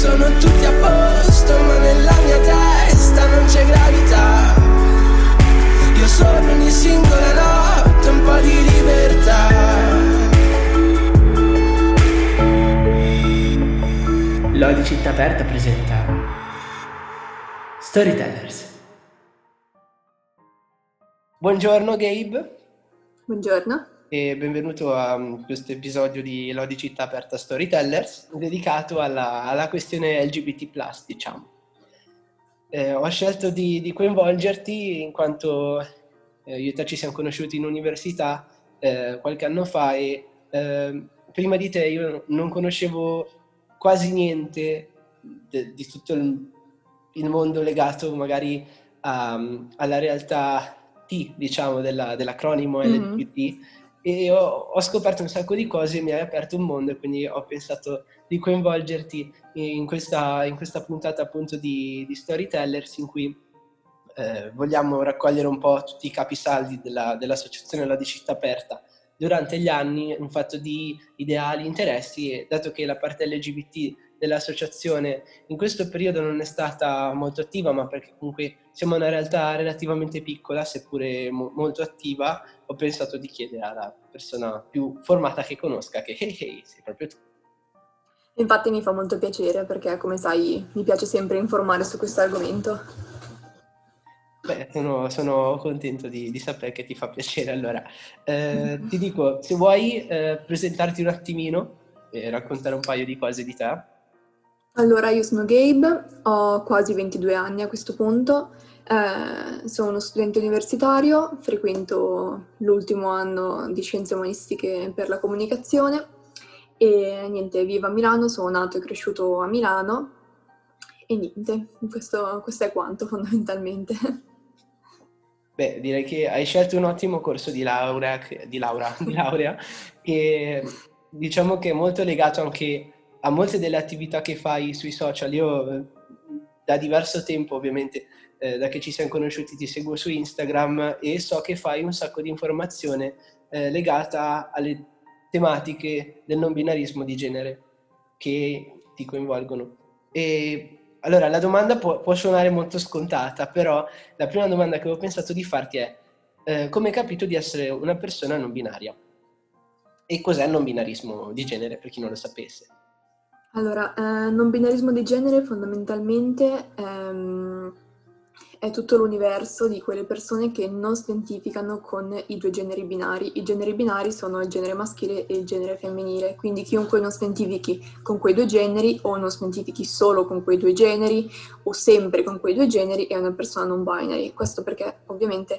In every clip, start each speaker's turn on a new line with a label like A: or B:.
A: sono tutti a posto, ma nella mia testa non c'è gravità. Io sono ogni singola notte un po' di libertà.
B: Lodi Città Aperta presenta Storytellers.
A: Buongiorno Gabe.
C: Buongiorno.
A: E benvenuto a questo episodio di Lodi Città Aperta Storytellers dedicato alla questione LGBT+, diciamo. Ho scelto di coinvolgerti in quanto io e te ci siamo conosciuti in università qualche anno fa e prima di te io non conoscevo quasi niente di tutto il mondo legato magari alla realtà T, diciamo, dell'acronimo LGBT, e ho scoperto un sacco di cose e mi hai aperto un mondo, e quindi ho pensato di coinvolgerti in questa puntata appunto di Storytellers, in cui vogliamo raccogliere un po' tutti i capisaldi dell'associazione Lodi Città Aperta durante gli anni, in fatto di ideali, interessi, e dato che la parte LGBT dell'associazione in questo periodo non è stata molto attiva, ma perché comunque siamo una realtà relativamente piccola, seppure molto attiva, ho pensato di chiedere alla persona più formata che conosca, che sei proprio tu.
C: Infatti mi fa molto piacere perché, come sai, mi piace sempre informare su questo argomento.
A: Beh, sono contento di sapere che ti fa piacere. Allora, ti dico, se vuoi presentarti un attimino e raccontare un paio di cose di te.
C: Allora, io sono Gabe, ho quasi 22 anni a questo punto, sono uno studente universitario, frequento l'ultimo anno di Scienze Umanistiche per la Comunicazione e niente, vivo a Milano, sono nato e cresciuto a Milano e niente, questo è quanto fondamentalmente.
A: Beh, direi che hai scelto un ottimo corso di laurea e diciamo che è molto legato anche a molte delle attività che fai sui social. Io da diverso tempo, ovviamente, da che ci siamo conosciuti, ti seguo su Instagram e so che fai un sacco di informazione legata alle tematiche del non binarismo di genere che ti coinvolgono. E allora, la domanda può suonare molto scontata, però la prima domanda che avevo pensato di farti è come hai capito di essere una persona non binaria? E cos'è il non binarismo di genere, per chi non lo sapesse?
C: Allora, non binarismo di genere fondamentalmente è tutto l'universo di quelle persone che non si identificano con i due generi binari. I generi binari sono il genere maschile e il genere femminile, quindi chiunque non si identifichi con quei due generi o non si identifichi solo con quei due generi o sempre con quei due generi è una persona non binary. Questo perché ovviamente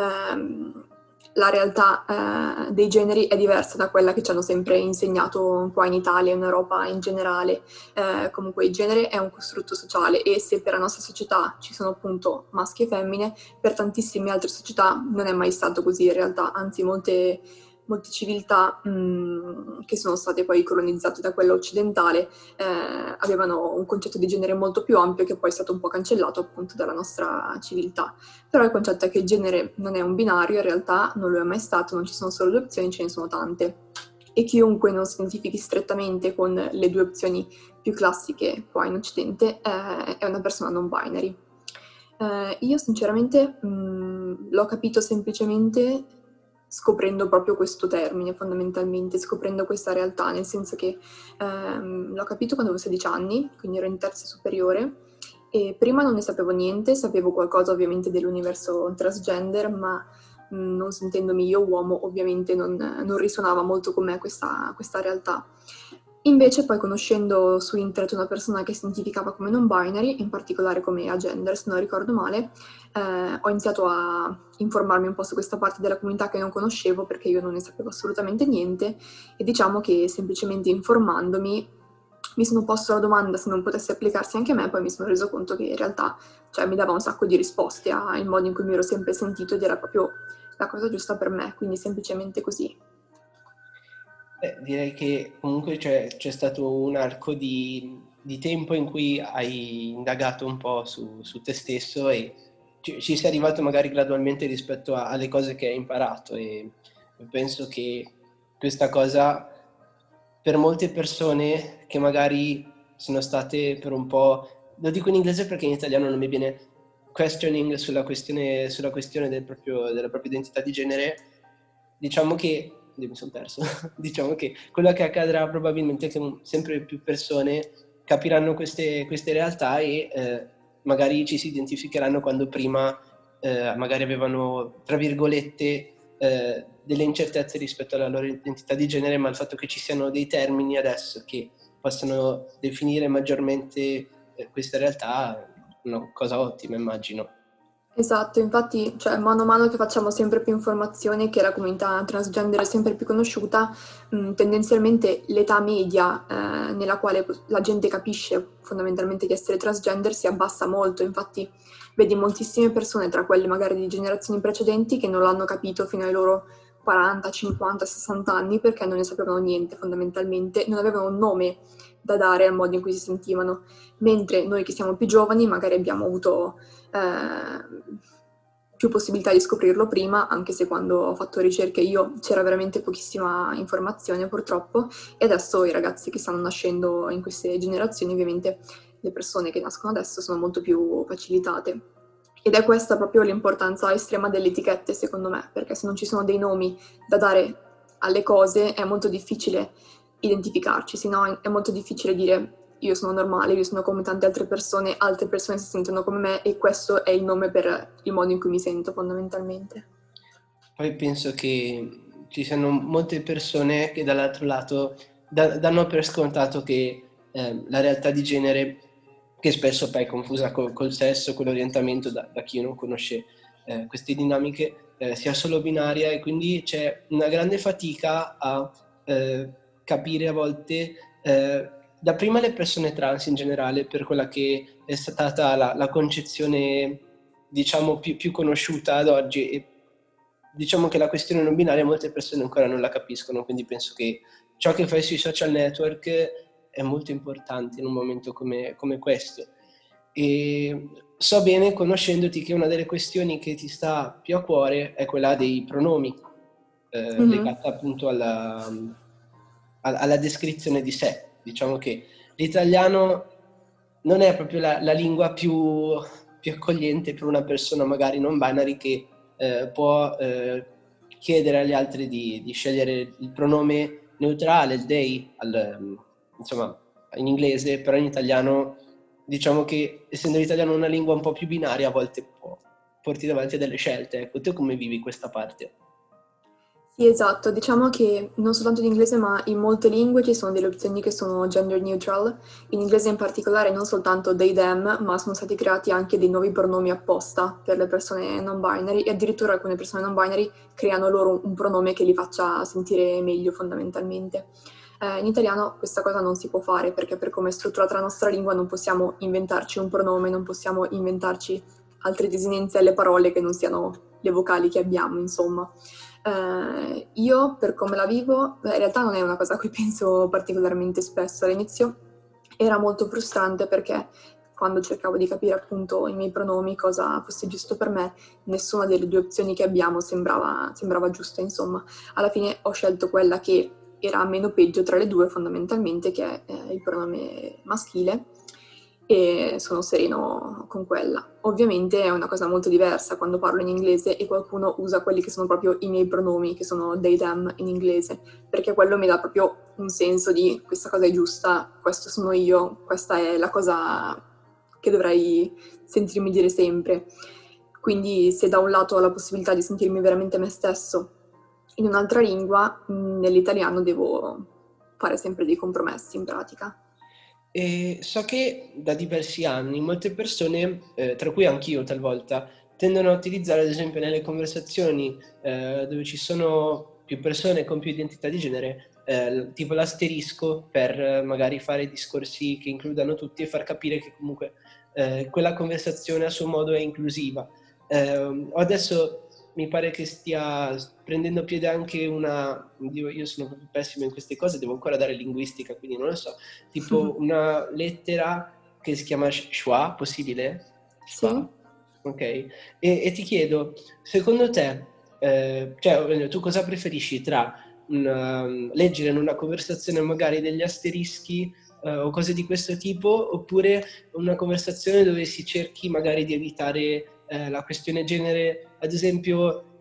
C: la realtà dei generi è diversa da quella che ci hanno sempre insegnato qua in Italia, in Europa in generale. Comunque il genere è un costrutto sociale e se per la nostra società ci sono appunto maschi e femmine, per tantissime altre società non è mai stato così in realtà, anzi molte civiltà che sono state poi colonizzate da quella occidentale avevano un concetto di genere molto più ampio che poi è stato un po' cancellato appunto dalla nostra civiltà. Però il concetto è che il genere non è un binario, in realtà non lo è mai stato, non ci sono solo due opzioni, ce ne sono tante. E chiunque non si identifichi strettamente con le due opzioni più classiche qua in Occidente è una persona non binary. Io sinceramente l'ho capito semplicemente scoprendo proprio questo termine, fondamentalmente, scoprendo questa realtà, nel senso che l'ho capito quando avevo 16 anni, quindi ero in terza superiore, e prima non ne sapevo niente, sapevo qualcosa ovviamente dell'universo transgender, ma non sentendomi io uomo ovviamente non risuonava molto con me questa realtà. Invece poi conoscendo su internet una persona che si identificava come non binary, in particolare come agender se non ricordo male, ho iniziato a informarmi un po' su questa parte della comunità che non conoscevo perché io non ne sapevo assolutamente niente e diciamo che semplicemente informandomi mi sono posto la domanda se non potesse applicarsi anche a me, poi mi sono reso conto che in realtà mi dava un sacco di risposte al modo in cui mi ero sempre sentito ed era proprio la cosa giusta per me, quindi semplicemente così.
A: Direi che comunque c'è stato un arco di tempo in cui hai indagato un po' su te stesso e ci sei arrivato magari gradualmente rispetto alle cose che hai imparato, e penso che questa cosa per molte persone che magari sono state per un po', lo dico in inglese perché in italiano non mi viene, questioning sulla questione della propria identità di genere. Diciamo che, mi sono perso, diciamo che quello che accadrà probabilmente è che sempre più persone capiranno queste realtà e magari ci si identificheranno quando prima magari avevano, tra virgolette, delle incertezze rispetto alla loro identità di genere, ma il fatto che ci siano dei termini adesso che possano definire maggiormente questa realtà è una cosa ottima, immagino.
C: Esatto, infatti, cioè, mano a mano che facciamo sempre più informazioni, che la comunità transgender è sempre più conosciuta, tendenzialmente l'età media nella quale la gente capisce fondamentalmente di essere transgender si abbassa molto. Infatti vedi moltissime persone, tra quelle magari di generazioni precedenti, che non l'hanno capito fino ai loro 40, 50, 60 anni perché non ne sapevano niente fondamentalmente, non avevano un nome da dare al modo in cui si sentivano, mentre noi che siamo più giovani magari abbiamo avuto più possibilità di scoprirlo prima, anche se quando ho fatto ricerche io c'era veramente pochissima informazione purtroppo, e adesso i ragazzi che stanno nascendo in queste generazioni, ovviamente le persone che nascono adesso sono molto più facilitate. Ed è questa proprio l'importanza estrema delle etichette, secondo me, perché se non ci sono dei nomi da dare alle cose è molto difficile identificarci, se no è molto difficile dire io sono normale, io sono come tante altre persone si sentono come me e questo è il nome per il modo in cui mi sento fondamentalmente.
A: Poi penso che ci siano molte persone che dall'altro lato danno per scontato che la realtà di genere, che spesso poi è confusa col sesso, con l'orientamento da chi non conosce queste dinamiche, sia solo binaria, e quindi c'è una grande fatica a capire a volte dapprima le persone trans in generale, per quella che è stata la concezione, diciamo, più conosciuta ad oggi, e diciamo che la questione non binaria molte persone ancora non la capiscono, quindi penso che ciò che fai sui social network è molto importante in un momento come questo. E so bene, conoscendoti, che una delle questioni che ti sta più a cuore è quella dei pronomi, legata appunto alla descrizione di sé. Diciamo che l'italiano non è proprio la lingua più accogliente per una persona magari non binary che può chiedere agli altri di scegliere il pronome neutrale, il they, insomma, in inglese, però in italiano diciamo che, essendo l'italiano una lingua un po' più binaria, a volte può porti davanti a delle scelte. Ecco, tu come vivi questa parte?
C: Sì, esatto, diciamo che non soltanto in inglese ma in molte lingue ci sono delle opzioni che sono gender neutral, in inglese in particolare non soltanto they, them, ma sono stati creati anche dei nuovi pronomi apposta per le persone non binary e addirittura alcune persone non binary creano loro un pronome che li faccia sentire meglio fondamentalmente. In italiano questa cosa non si può fare perché per come è strutturata la nostra lingua non possiamo inventarci un pronome, non possiamo inventarci altre desinenze alle parole che non siano le vocali che abbiamo, insomma. Io, per come la vivo, in realtà non è una cosa a cui penso particolarmente spesso. All'inizio era molto frustrante perché quando cercavo di capire appunto i miei pronomi, cosa fosse giusto per me, nessuna delle due opzioni che abbiamo sembrava giusta, insomma. Alla fine ho scelto quella che era meno peggio tra le due, fondamentalmente, che è il pronome maschile, e sono sereno con quella. Ovviamente è una cosa molto diversa quando parlo in inglese e qualcuno usa quelli che sono proprio i miei pronomi, che sono they, them in inglese, perché quello mi dà proprio un senso di questa cosa è giusta, questo sono io, questa è la cosa che dovrei sentirmi dire sempre. Quindi se da un lato ho la possibilità di sentirmi veramente me stesso in un'altra lingua, nell'italiano devo fare sempre dei compromessi in pratica.
A: E so che da diversi anni molte persone, tra cui anch'io talvolta, tendono a utilizzare, ad esempio, nelle conversazioni dove ci sono più persone con più identità di genere, tipo l'asterisco per magari fare discorsi che includano tutti e far capire che comunque quella conversazione a suo modo è inclusiva. Adesso mi pare che stia prendendo piede anche io sono proprio pessimo in queste cose, devo ancora dare linguistica, quindi non lo so, tipo una lettera che si chiama schwa, possibile? Schwa?
C: Sì?
A: Ok. E ti chiedo, secondo te, cioè, tu cosa preferisci tra leggere in una conversazione magari degli asterischi o cose di questo tipo, oppure una conversazione dove si cerchi magari di evitare la questione genere, ad esempio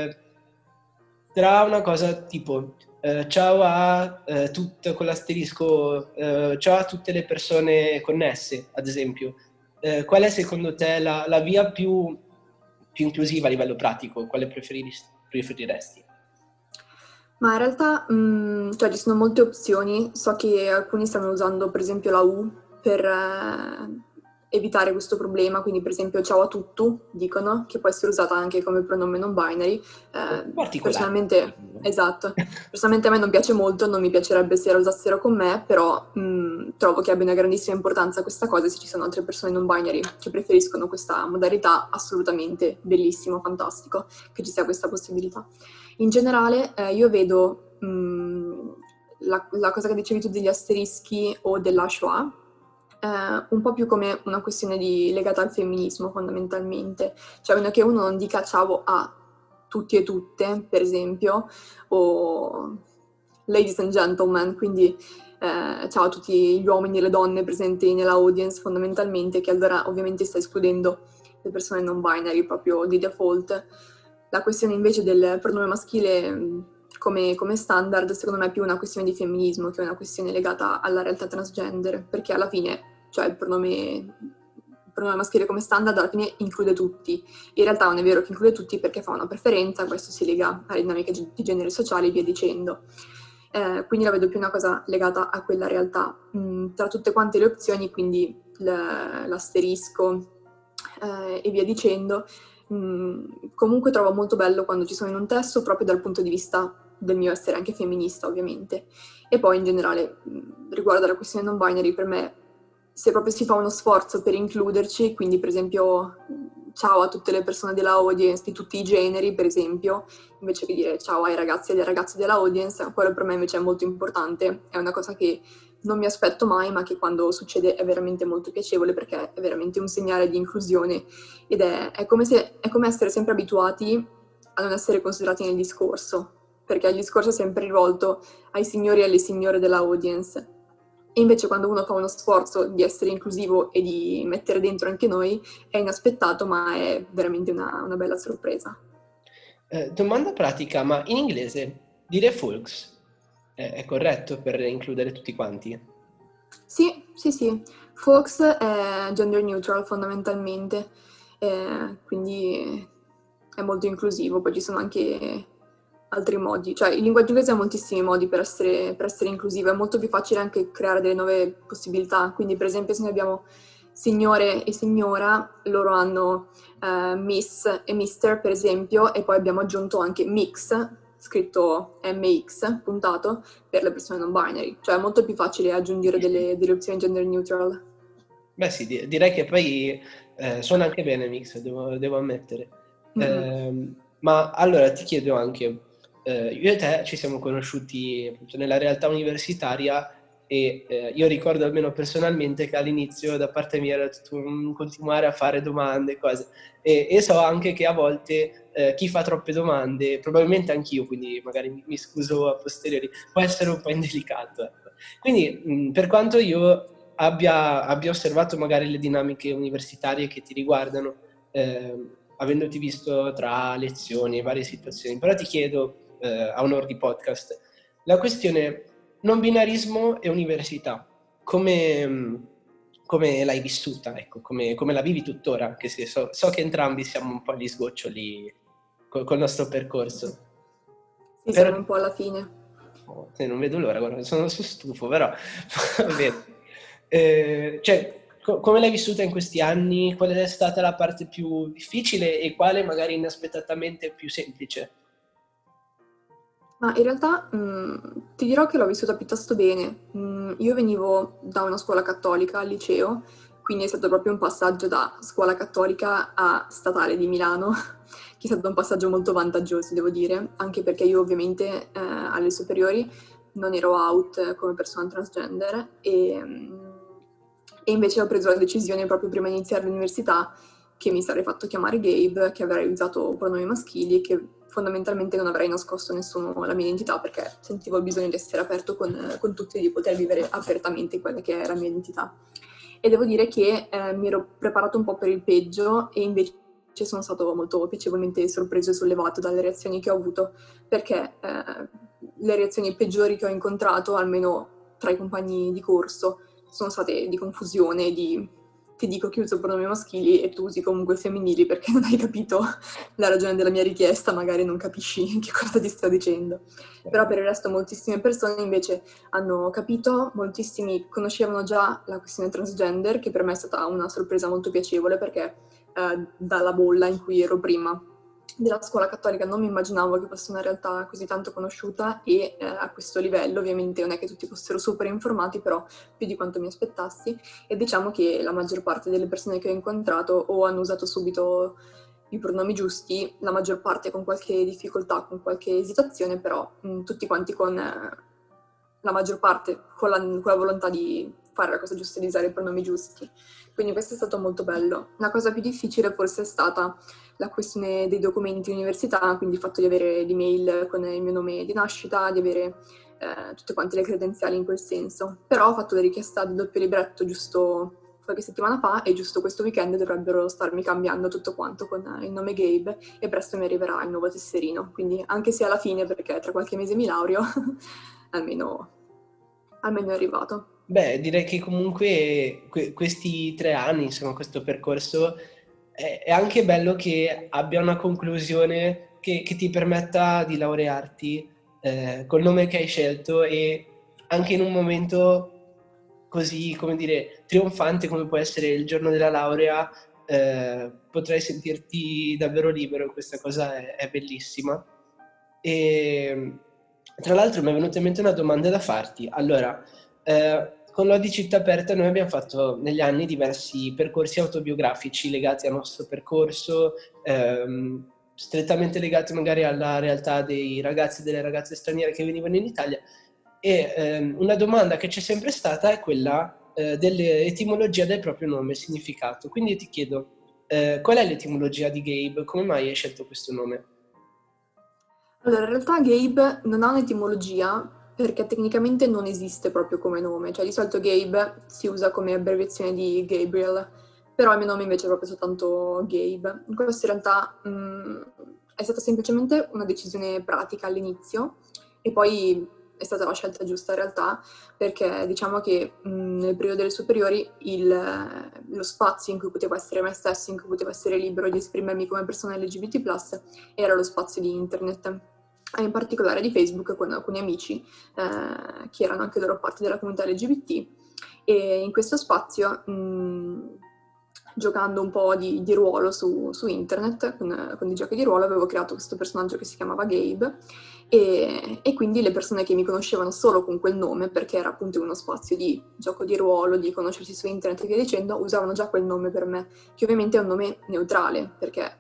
A: tra una cosa tipo ciao a tutto con l'asterisco, ciao a tutte le persone connesse, ad esempio. Qual è secondo te la via più inclusiva a livello pratico? Quale preferiresti?
C: Ma in realtà, cioè ci sono molte opzioni. So che alcuni stanno usando per esempio la U per evitare questo problema, quindi per esempio ciao a tutto, dicono, che può essere usata anche come pronome non binary.
A: Particolare.
C: Personalmente, esatto, personalmente a me non piace molto, non mi piacerebbe se la usassero con me, però trovo che abbia una grandissima importanza questa cosa, e se ci sono altre persone non binary che preferiscono questa modalità, assolutamente bellissimo, fantastico che ci sia questa possibilità. In generale io vedo la cosa che dicevi tu degli asterischi o della Shoah un po' più come una questione legata al femminismo fondamentalmente, cioè meno che uno non dica ciao a tutti e tutte, per esempio, o ladies and gentlemen, quindi ciao a tutti gli uomini e le donne presenti nella audience fondamentalmente, che allora ovviamente sta escludendo le persone non binary proprio di default. La questione invece del pronome maschile come standard, secondo me è più una questione di femminismo che una questione legata alla realtà transgender, perché alla fine, cioè il pronome maschile come standard alla fine include tutti. In realtà non è vero che include tutti perché fa una preferenza, questo si lega alle dinamiche di genere sociale e via dicendo. Quindi la vedo più una cosa legata a quella realtà. Tra tutte quante le opzioni, quindi l'asterisco e via dicendo, comunque trovo molto bello quando ci sono in un testo proprio dal punto di vista del mio essere anche femminista, ovviamente. E poi in generale, riguardo alla questione non binary, per me, se proprio si fa uno sforzo per includerci, quindi per esempio ciao a tutte le persone della audience di tutti i generi, per esempio, invece che dire ciao ai ragazzi e alle ragazze della audience, quello per me invece è molto importante, è una cosa che non mi aspetto mai, ma che quando succede è veramente molto piacevole, perché è veramente un segnale di inclusione ed è come essere sempre abituati a non essere considerati nel discorso, perché il discorso è sempre rivolto ai signori e alle signore della audience. E invece quando uno fa uno sforzo di essere inclusivo e di mettere dentro anche noi, è inaspettato, ma è veramente una bella sorpresa.
A: Domanda pratica, ma in inglese dire folks è corretto per includere tutti quanti?
C: Sì. Folks è gender neutral fondamentalmente, quindi è molto inclusivo. Poi ci sono anche altri modi, cioè il linguaggio inglese ha moltissimi modi per essere inclusivo, è molto più facile anche creare delle nuove possibilità, quindi per esempio se noi abbiamo signore e signora, loro hanno miss e mister per esempio, e poi abbiamo aggiunto anche mix, scritto MX, puntato, per le persone non binary, cioè è molto più facile aggiungere delle opzioni gender neutral.
A: Beh sì, direi che poi suona anche bene mix, devo ammettere. Ma allora ti chiedo anche, io e te ci siamo conosciuti appunto nella realtà universitaria e io ricordo almeno personalmente che all'inizio da parte mia era tutto un continuare a fare domande, cose, e so anche che a volte chi fa troppe domande, probabilmente anch'io, quindi magari mi scuso a posteriori, può essere un po' indelicato. Ecco. Quindi per quanto io abbia osservato magari le dinamiche universitarie che ti riguardano, avendoti visto tra lezioni e varie situazioni, però ti chiedo a onor di podcast, la questione non binarismo e università, come l'hai vissuta, ecco, come la vivi tuttora, anche se so che entrambi siamo un po' agli sgoccioli col nostro percorso.
C: Sì, siamo un po' alla fine.
A: Non vedo l'ora, guarda, sono stufo, però va bene. Cioè, come l'hai vissuta in questi anni? Qual è stata la parte più difficile e quale magari inaspettatamente più semplice?
C: Ma in realtà ti dirò che l'ho vissuta piuttosto bene. Io venivo da una scuola cattolica al liceo, quindi è stato proprio un passaggio da scuola cattolica a statale di Milano, che è stato un passaggio molto vantaggioso, devo dire, anche perché io ovviamente alle superiori non ero out come persona transgender e invece ho preso la decisione proprio prima di iniziare l'università che mi sarei fatto chiamare Gabe, che avrei usato pronomi maschili e che fondamentalmente non avrei nascosto nessuno la mia identità, perché sentivo il bisogno di essere aperto con tutti e di poter vivere apertamente quella che è la mia identità. E devo dire che mi ero preparato un po' per il peggio e invece sono stato molto piacevolmente sorpreso e sollevato dalle reazioni che ho avuto, perché le reazioni peggiori che ho incontrato, almeno tra i compagni di corso, sono state di confusione, di ti dico che uso pronomi maschili e tu usi comunque femminili perché non hai capito la ragione della mia richiesta, magari non capisci che cosa ti sto dicendo. Però per il resto moltissime persone invece hanno capito, moltissimi conoscevano già la questione transgender, che per me è stata una sorpresa molto piacevole perché dalla bolla in cui ero prima della scuola cattolica non mi immaginavo che fosse una realtà così tanto conosciuta e a questo livello ovviamente non è che tutti fossero super informati, però più di quanto mi aspettassi, e diciamo che la maggior parte delle persone che ho incontrato o hanno usato subito i pronomi giusti, la maggior parte con qualche difficoltà, con qualche esitazione, però tutti quanti con la maggior parte con la volontà di fare la cosa giusta e di usare i pronomi giusti. Quindi questo è stato molto bello. La cosa più difficile forse è stata la questione dei documenti in università, quindi il fatto di avere l'email con il mio nome di nascita, di avere tutte quante le credenziali in quel senso. Però ho fatto la richiesta di doppio libretto giusto qualche settimana fa e giusto questo weekend dovrebbero starmi cambiando tutto quanto con il nome Gabe e presto mi arriverà il nuovo tesserino. Quindi anche se alla fine, perché tra qualche mese mi laureo, almeno è arrivato.
A: Beh, direi che comunque questi 3 anni, insomma, questo percorso è anche bello che abbia una conclusione che ti permetta di laurearti col nome che hai scelto e anche in un momento così, come dire, trionfante come può essere il giorno della laurea, potrai sentirti davvero libero. Questa cosa è bellissima. E tra l'altro mi è venuta in mente una domanda da farti. Allora, con l'Odi Città Aperta noi abbiamo fatto negli anni diversi percorsi autobiografici legati al nostro percorso, strettamente legati magari alla realtà dei ragazzi e delle ragazze straniere che venivano in Italia. E una domanda che c'è sempre stata è quella dell'etimologia del proprio nome, il significato. Quindi io ti chiedo, qual è l'etimologia di Gabe? Come mai hai scelto questo nome?
C: Allora, in realtà Gabe non ha un'etimologia perché tecnicamente non esiste proprio come nome, cioè di solito Gabe si usa come abbreviazione di Gabriel, però il mio nome invece è proprio soltanto Gabe. Questo in realtà è stata semplicemente una decisione pratica all'inizio e poi è stata la scelta giusta in realtà, perché diciamo che nel periodo delle superiori lo spazio in cui potevo essere me stesso, in cui potevo essere libero di esprimermi come persona LGBT+, era lo spazio di internet, e in particolare di Facebook con alcuni amici che erano anche loro parte della comunità LGBT, e in questo spazio giocando un po' di ruolo su internet, con dei giochi di ruolo, avevo creato questo personaggio che si chiamava Gabe e quindi le persone che mi conoscevano solo con quel nome, perché era appunto uno spazio di gioco di ruolo, di conoscersi su internet e via dicendo, usavano già quel nome per me, che ovviamente è un nome neutrale, perché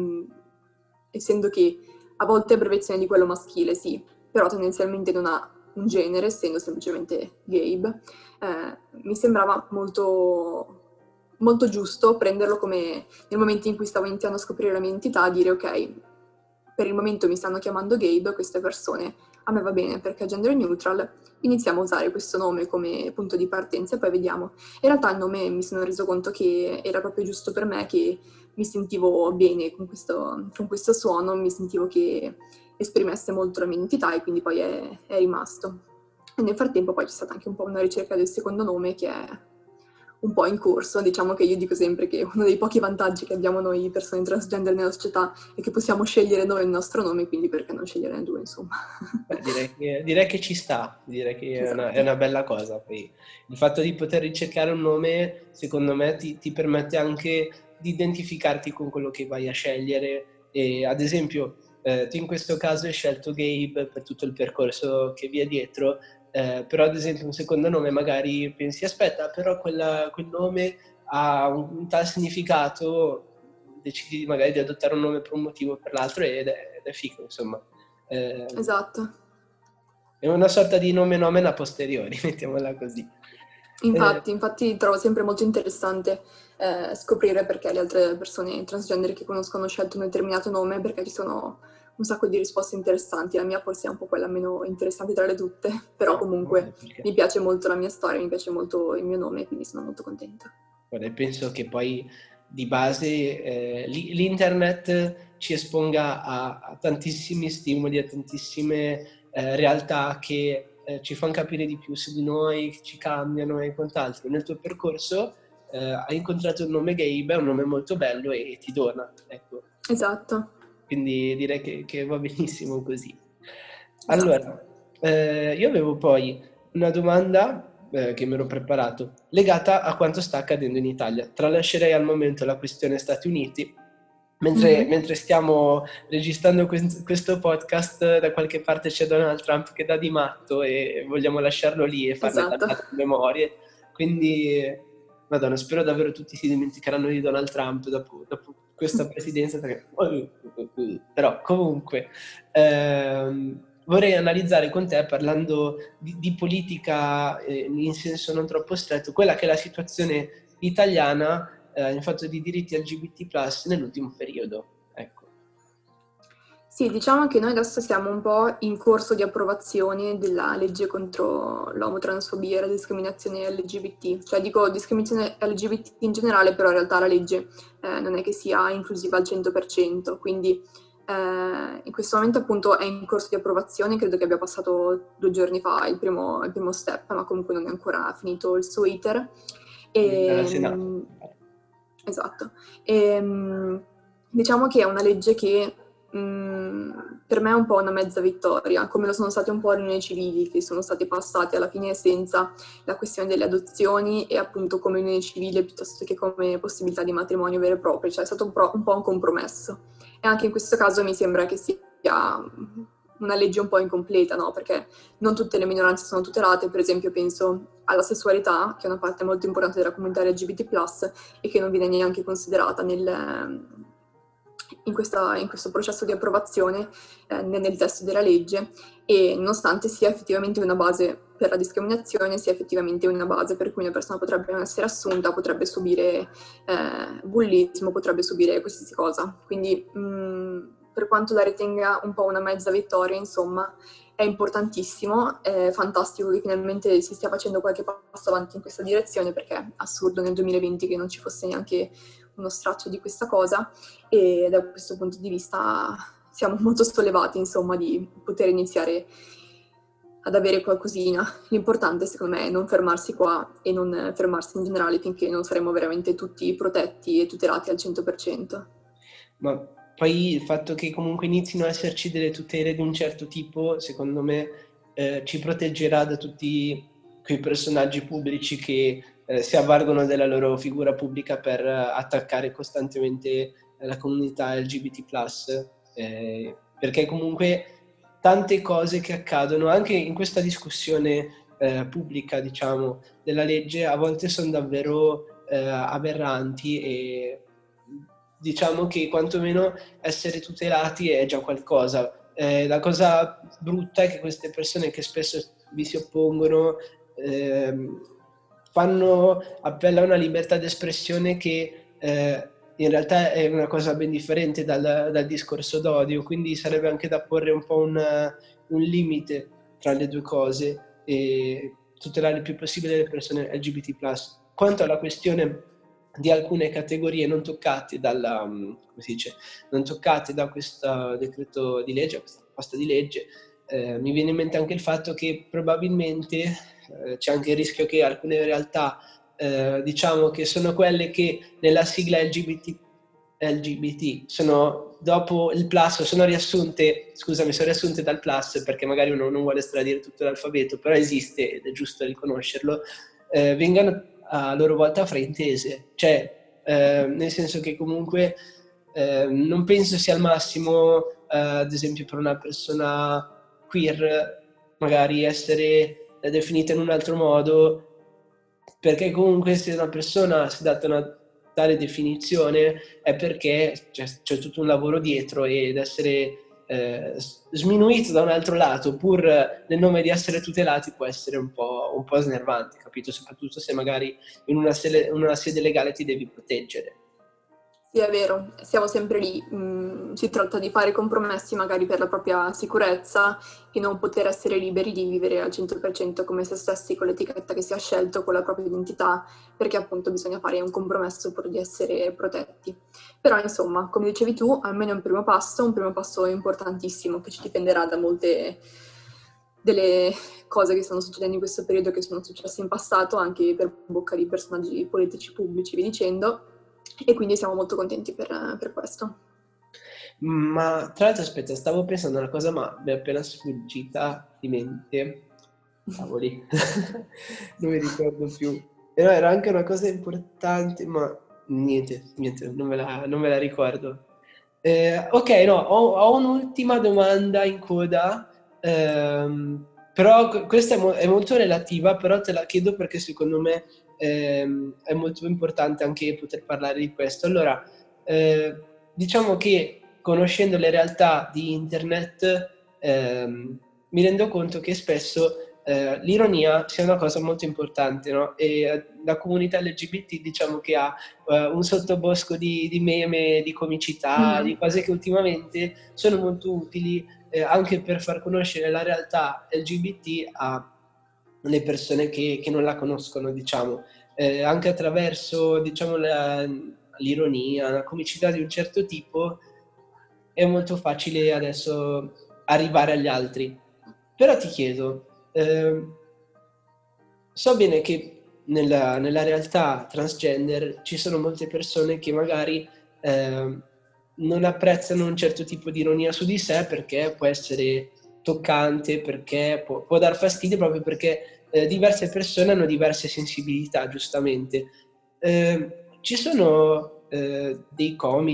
C: essendo che a volte è abbreviazione di quello maschile, sì, però tendenzialmente non ha un genere, essendo semplicemente Gabe, mi sembrava molto molto giusto prenderlo come nel momento in cui stavo iniziando a scoprire la mia identità, dire ok, per il momento mi stanno chiamando Gabe, queste persone, a me va bene perché è gender neutral, iniziamo a usare questo nome come punto di partenza e poi vediamo. In realtà il nome mi sono reso conto che era proprio giusto per me, che mi sentivo bene con questo suono, mi sentivo che esprimesse molto la mia identità e quindi poi è rimasto. E nel frattempo poi c'è stata anche un po' una ricerca del secondo nome che è un po' in corso. Diciamo che io dico sempre che uno dei pochi vantaggi che abbiamo noi persone transgender nella società è che possiamo scegliere noi il nostro nome, quindi perché non scegliere due, insomma.
A: Beh, direi che ci sta, direi che è una bella cosa. Poi il fatto di poter ricercare un nome, secondo me, ti permette anche di identificarti con quello che vai a scegliere. E ad esempio, tu in questo caso hai scelto Gabe per tutto il percorso che vi è dietro, però ad esempio un secondo nome magari pensi, aspetta, però quel nome ha un tal significato, decidi magari di adottare un nome per un motivo o per l'altro ed è figo, insomma.
C: Esatto.
A: È una sorta di nomen omen a posteriori, mettiamola così.
C: Infatti trovo sempre molto interessante scoprire perché le altre persone transgender che conosco hanno scelto un determinato nome, perché ci sono un sacco di risposte interessanti. La mia forse è un po' quella meno interessante tra le tutte, però comunque mi piace molto la mia storia, mi piace molto il mio nome, quindi sono molto contenta.
A: Guarda, penso che poi di base l'internet ci esponga a tantissimi stimoli, a tantissime realtà che ci fanno capire di più su di noi, che ci cambiano e quant'altro. Nel tuo percorso hai incontrato il nome Gabe, è un nome molto bello e ti dona, ecco.
C: Esatto.
A: Quindi direi che va benissimo così.
C: Esatto.
A: Allora, io avevo poi una domanda che mi ero preparato, legata a quanto sta accadendo in Italia. Tralascerei al momento la questione Stati Uniti, mentre stiamo registrando questo podcast, da qualche parte c'è Donald Trump che dà di matto e vogliamo lasciarlo lì e farne tante memorie. Quindi, Madonna, spero davvero tutti si dimenticheranno di Donald Trump dopo questa presidenza, perché... Però comunque... vorrei analizzare con te, parlando di politica in senso non troppo stretto, quella che è la situazione italiana in fatto di diritti LGBT+ nell'ultimo periodo. Ecco.
C: Sì, diciamo che noi adesso siamo un po' in corso di approvazione della legge contro l'omotransfobia e la discriminazione LGBT. Cioè dico discriminazione LGBT in generale, però in realtà la legge non è che sia inclusiva al 100%, quindi in questo momento appunto è in corso di approvazione, credo che abbia passato 2 giorni fa il primo step, ma comunque non è ancora finito il suo iter. Esatto. Diciamo che è una legge che per me è un po' una mezza vittoria, come lo sono state un po' le unioni civili che sono state passate alla fine senza la questione delle adozioni e appunto come unione civile piuttosto che come possibilità di matrimonio vero e proprio, cioè è stato un po' un compromesso. E anche in questo caso mi sembra che sia una legge un po' incompleta, no? Perché non tutte le minoranze sono tutelate, per esempio penso alla sessualità, che è una parte molto importante della comunità LGBT+, e che non viene neanche considerata in questo processo di approvazione nel testo della legge, e nonostante sia effettivamente una base per la discriminazione, sia effettivamente una base per cui una persona potrebbe non essere assunta, potrebbe subire bullismo, potrebbe subire qualsiasi cosa. Quindi per quanto la ritenga un po' una mezza vittoria, insomma, è importantissimo, è fantastico che finalmente si stia facendo qualche passo avanti in questa direzione, perché è assurdo nel 2020 che non ci fosse neanche uno straccio di questa cosa, e da questo punto di vista siamo molto sollevati, insomma, di poter iniziare ad avere qualcosina. L'importante secondo me è non fermarsi qua e non fermarsi in generale finché non saremo veramente tutti protetti e tutelati al 100%.
A: Ma poi il fatto che comunque inizino a esserci delle tutele di un certo tipo, secondo me, ci proteggerà da tutti quei personaggi pubblici che si avvalgono della loro figura pubblica per attaccare costantemente la comunità LGBT+, perché comunque tante cose che accadono anche in questa discussione pubblica, diciamo, della legge, a volte sono davvero aberranti, e diciamo che quantomeno essere tutelati è già qualcosa. La cosa brutta è che queste persone che spesso vi si oppongono fanno appello a una libertà d'espressione che in realtà è una cosa ben differente dal discorso d'odio, quindi sarebbe anche da porre un po' un limite tra le due cose e tutelare il più possibile le persone LGBT+. Quanto alla questione di alcune categorie non toccate non toccate da questo decreto di legge, questa proposta di legge, mi viene in mente anche il fatto che probabilmente c'è anche il rischio che alcune realtà, diciamo che sono quelle che nella sigla LGBT sono dopo il plus, sono riassunte dal plus, perché magari uno non vuole stradire tutto l'alfabeto, però esiste ed è giusto riconoscerlo, vengano a loro volta fraintese, cioè nel senso che comunque non penso sia al massimo, ad esempio per una persona queer magari essere definita in un altro modo, perché comunque se una persona si è data una tale definizione è perché c'è tutto un lavoro dietro, ed essere sminuito da un altro lato pur nel nome di essere tutelati può essere un po' snervante, capito? Soprattutto se magari in una sede legale ti devi proteggere.
C: Sì, è vero, siamo sempre lì. Si tratta di fare compromessi magari per la propria sicurezza e non poter essere liberi di vivere al 100% come se stessi con l'etichetta che si è scelto, con la propria identità, perché appunto bisogna fare un compromesso pur di essere protetti. Però insomma, come dicevi tu, almeno è un primo passo importantissimo che ci difenderà da molte delle cose che stanno succedendo in questo periodo, che sono successe in passato, anche per bocca di personaggi politici pubblici, vi dicendo, e quindi siamo molto contenti per questo.
A: Ma tra l'altro, aspetta, stavo pensando a una cosa, ma mi è appena sfuggita di mente. Cavoli, non mi ricordo più. Però era anche una cosa importante, ma niente, non me la ricordo. Ok, no, ho un'ultima domanda in coda, però questa è molto relativa, però te la chiedo perché secondo me è molto importante anche poter parlare di questo. Allora, diciamo che conoscendo le realtà di internet, mi rendo conto che spesso l'ironia sia una cosa molto importante, no? E la comunità LGBT diciamo che ha un sottobosco di meme, di comicità, di cose che ultimamente sono molto utili anche per far conoscere la realtà LGBT alle persone che non la conoscono, diciamo. Anche attraverso, diciamo, l'ironia, la comicità di un certo tipo è molto facile adesso arrivare agli altri. Però ti chiedo, so bene che nella realtà transgender ci sono molte persone che magari non apprezzano un certo tipo di ironia su di sé perché può essere toccante, perché può dar fastidio proprio perché diverse persone hanno diverse sensibilità, giustamente. Ci sono dei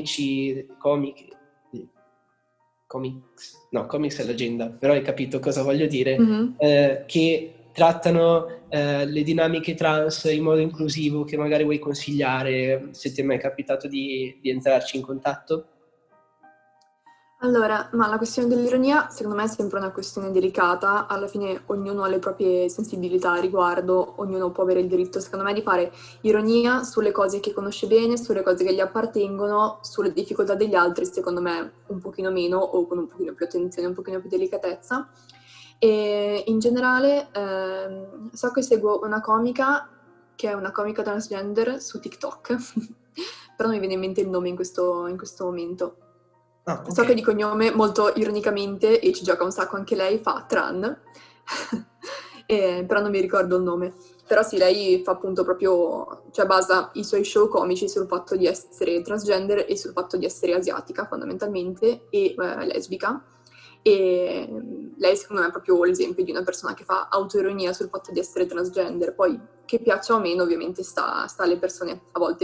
A: comics è l'agenda, però hai capito cosa voglio dire, che trattano le dinamiche trans in modo inclusivo, che magari vuoi consigliare, se ti è mai capitato di entrarci in contatto?
C: Allora, ma la questione dell'ironia secondo me è sempre una questione delicata, alla fine ognuno ha le proprie sensibilità a riguardo, ognuno può avere il diritto secondo me di fare ironia sulle cose che conosce bene, sulle cose che gli appartengono, sulle difficoltà degli altri secondo me un pochino meno o con un pochino più attenzione, un pochino più delicatezza. E in generale so che seguo una comica che è una comica transgender su TikTok, però non mi viene in mente il nome in questo momento.
A: Ah,
C: So
A: ok.
C: che di cognome molto ironicamente, e ci gioca un sacco anche lei, fa Tran, però non mi ricordo il nome. Però sì, lei fa appunto proprio, cioè basa i suoi show comici sul fatto di essere transgender e sul fatto di essere asiatica fondamentalmente e lesbica. E lei secondo me è proprio l'esempio di una persona che fa autoironia sul fatto di essere transgender. Poi che piaccia o meno ovviamente sta alle persone.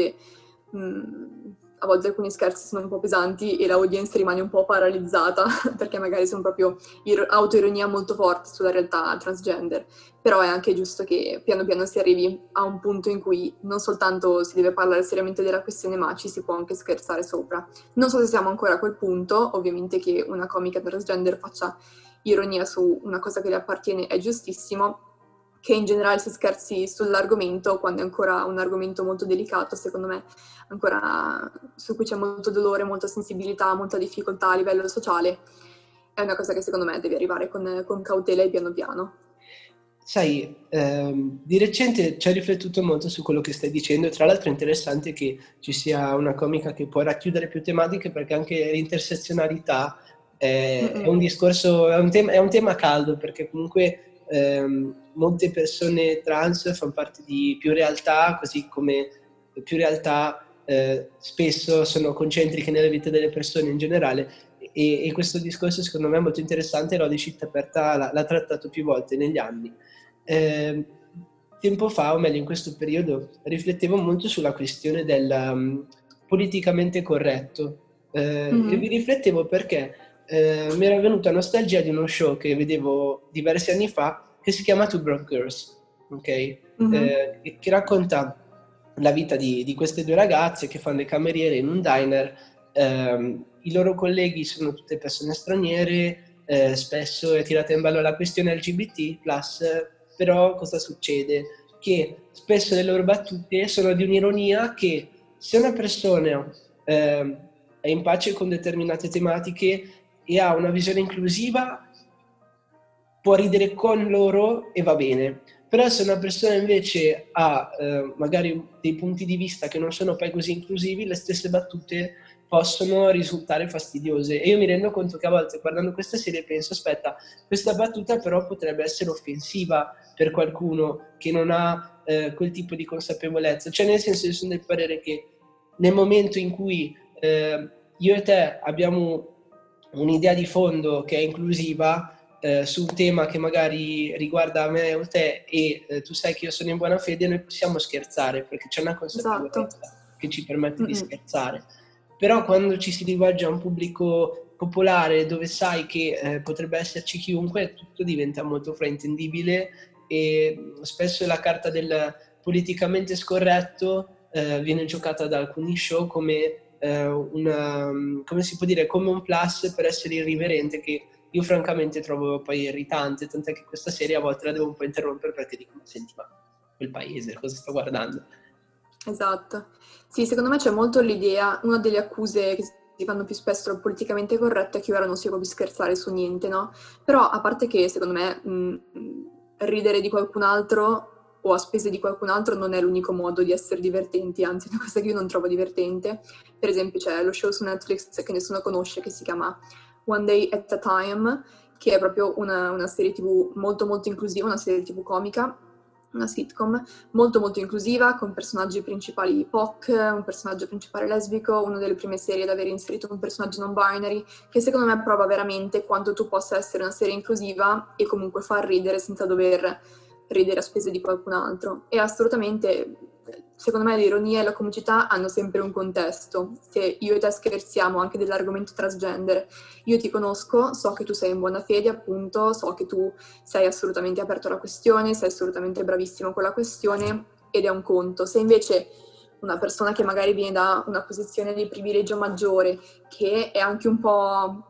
C: A volte alcuni scherzi sono un po' pesanti e l'audience rimane un po' paralizzata perché magari sono proprio autoironia molto forte sulla realtà transgender, però è anche giusto che piano piano si arrivi a un punto in cui non soltanto si deve parlare seriamente della questione ma ci si può anche scherzare sopra. Non so se siamo ancora a quel punto, ovviamente che una comica transgender faccia ironia su una cosa che le appartiene è giustissimo, che in generale si scherzi sull'argomento quando è ancora un argomento molto delicato, secondo me, ancora su cui c'è molto dolore, molta sensibilità, molta difficoltà a livello sociale, è una cosa che secondo me deve arrivare con cautela e piano piano.
A: Sai, di recente ci ho riflettuto molto su quello che stai dicendo, e tra l'altro è interessante che ci sia una comica che può racchiudere più tematiche, perché anche l'intersezionalità è un discorso, è un tema caldo, perché comunque molte persone trans fanno parte di più realtà, così come più realtà spesso sono concentriche nella vita delle persone in generale, e questo discorso secondo me è molto interessante e l'Odi Città Aperta l'ha trattato più volte negli anni. Tempo fa, o meglio in questo periodo, riflettevo molto sulla questione del politicamente corretto, e vi riflettevo perché mi era venuta nostalgia di uno show che vedevo diversi anni fa che si chiama Two Broke Girls, ok? Che racconta la vita di queste due ragazze che fanno le cameriere in un diner. I loro colleghi sono tutte persone straniere, spesso è tirata in ballo la questione LGBT+, però cosa succede? Che spesso le loro battute sono di un'ironia che se una persona è in pace con determinate tematiche e ha una visione inclusiva, può ridere con loro e va bene. Però se una persona invece ha magari dei punti di vista che non sono poi così inclusivi, le stesse battute possono risultare fastidiose. E io mi rendo conto che a volte guardando questa serie penso, aspetta, questa battuta però potrebbe essere offensiva per qualcuno che non ha quel tipo di consapevolezza. Cioè, nel senso, io sono del parere che nel momento in cui io e te abbiamo un'idea di fondo che è inclusiva, su un tema che magari riguarda me o te e tu sai che io sono in buona fede, noi possiamo scherzare perché c'è una consapevolezza che ci permette di scherzare. Però quando ci si rivolge a un pubblico popolare dove sai che potrebbe esserci chiunque, tutto diventa molto fraintendibile e spesso la carta del politicamente scorretto viene giocata da alcuni show come come si può dire, come un plus per essere irriverente, che io francamente trovo poi irritante, tant'è che questa serie a volte la devo un po' interrompere perché dico, ma senti, ma quel paese, cosa sto guardando?
C: Esatto. Sì, secondo me c'è molto l'idea, una delle accuse che si fanno più spesso politicamente corrette è che ora non si può più scherzare su niente, no? Però a parte che secondo me ridere di qualcun altro o a spese di qualcun altro non è l'unico modo di essere divertenti, anzi è una cosa che io non trovo divertente. Per esempio c'è lo show su Netflix che nessuno conosce che si chiama One Day at a Time, che è proprio una serie TV molto molto inclusiva, una serie TV comica, una sitcom molto molto inclusiva, con personaggi principali POC, un personaggio principale lesbico, una delle prime serie ad aver inserito un personaggio non binary, che secondo me prova veramente quanto tu possa essere una serie inclusiva e comunque far ridere senza dover ridere a spese di qualcun altro. E assolutamente, secondo me l'ironia e la comicità hanno sempre un contesto. Se io e te scherziamo anche dell'argomento transgender, io ti conosco, so che tu sei in buona fede, appunto, so che tu sei assolutamente aperto alla questione, sei assolutamente bravissimo con la questione ed è un conto. Se invece una persona che magari viene da una posizione di privilegio maggiore, che è anche un po'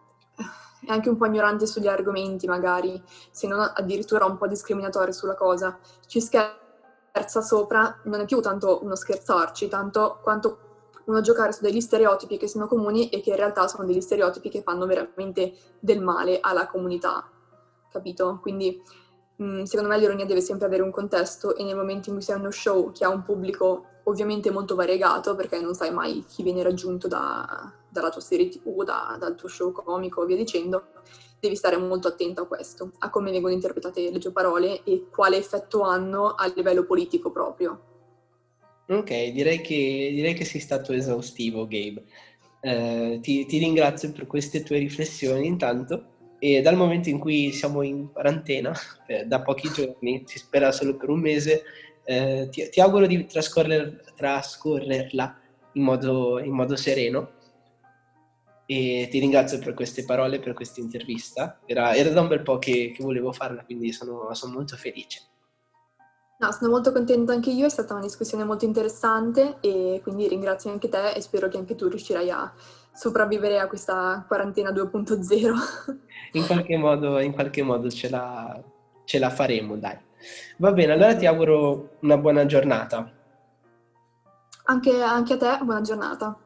C: ignorante sugli argomenti magari, se non addirittura un po' discriminatorio sulla cosa, ci scherza sopra, non è più tanto uno scherzarci, tanto quanto uno giocare su degli stereotipi che sono comuni e che in realtà sono degli stereotipi che fanno veramente del male alla comunità, capito? Quindi secondo me l'ironia deve sempre avere un contesto e nel momento in cui sei uno show che ha un pubblico ovviamente molto variegato, perché non sai mai chi viene raggiunto dalla tua serie TV, dal tuo show comico e via dicendo, devi stare molto attento a questo, a come vengono interpretate le tue parole e quale effetto hanno a livello politico proprio.
A: Ok, direi che sei stato esaustivo, Gabe. Ti ringrazio per queste tue riflessioni intanto e dal momento in cui siamo in quarantena, da pochi giorni, si spera solo per un mese, ti auguro di trascorrerla in modo sereno e ti ringrazio per queste parole, per questa intervista. Era da un bel po' che volevo farla, quindi sono molto felice.
C: No, sono molto contenta anche io, è stata una discussione molto interessante e quindi ringrazio anche te e spero che anche tu riuscirai a sopravvivere a questa quarantena 2.0.
A: In qualche modo ce la faremo, dai. Va bene, allora ti auguro una buona giornata.
C: Anche a te, buona giornata.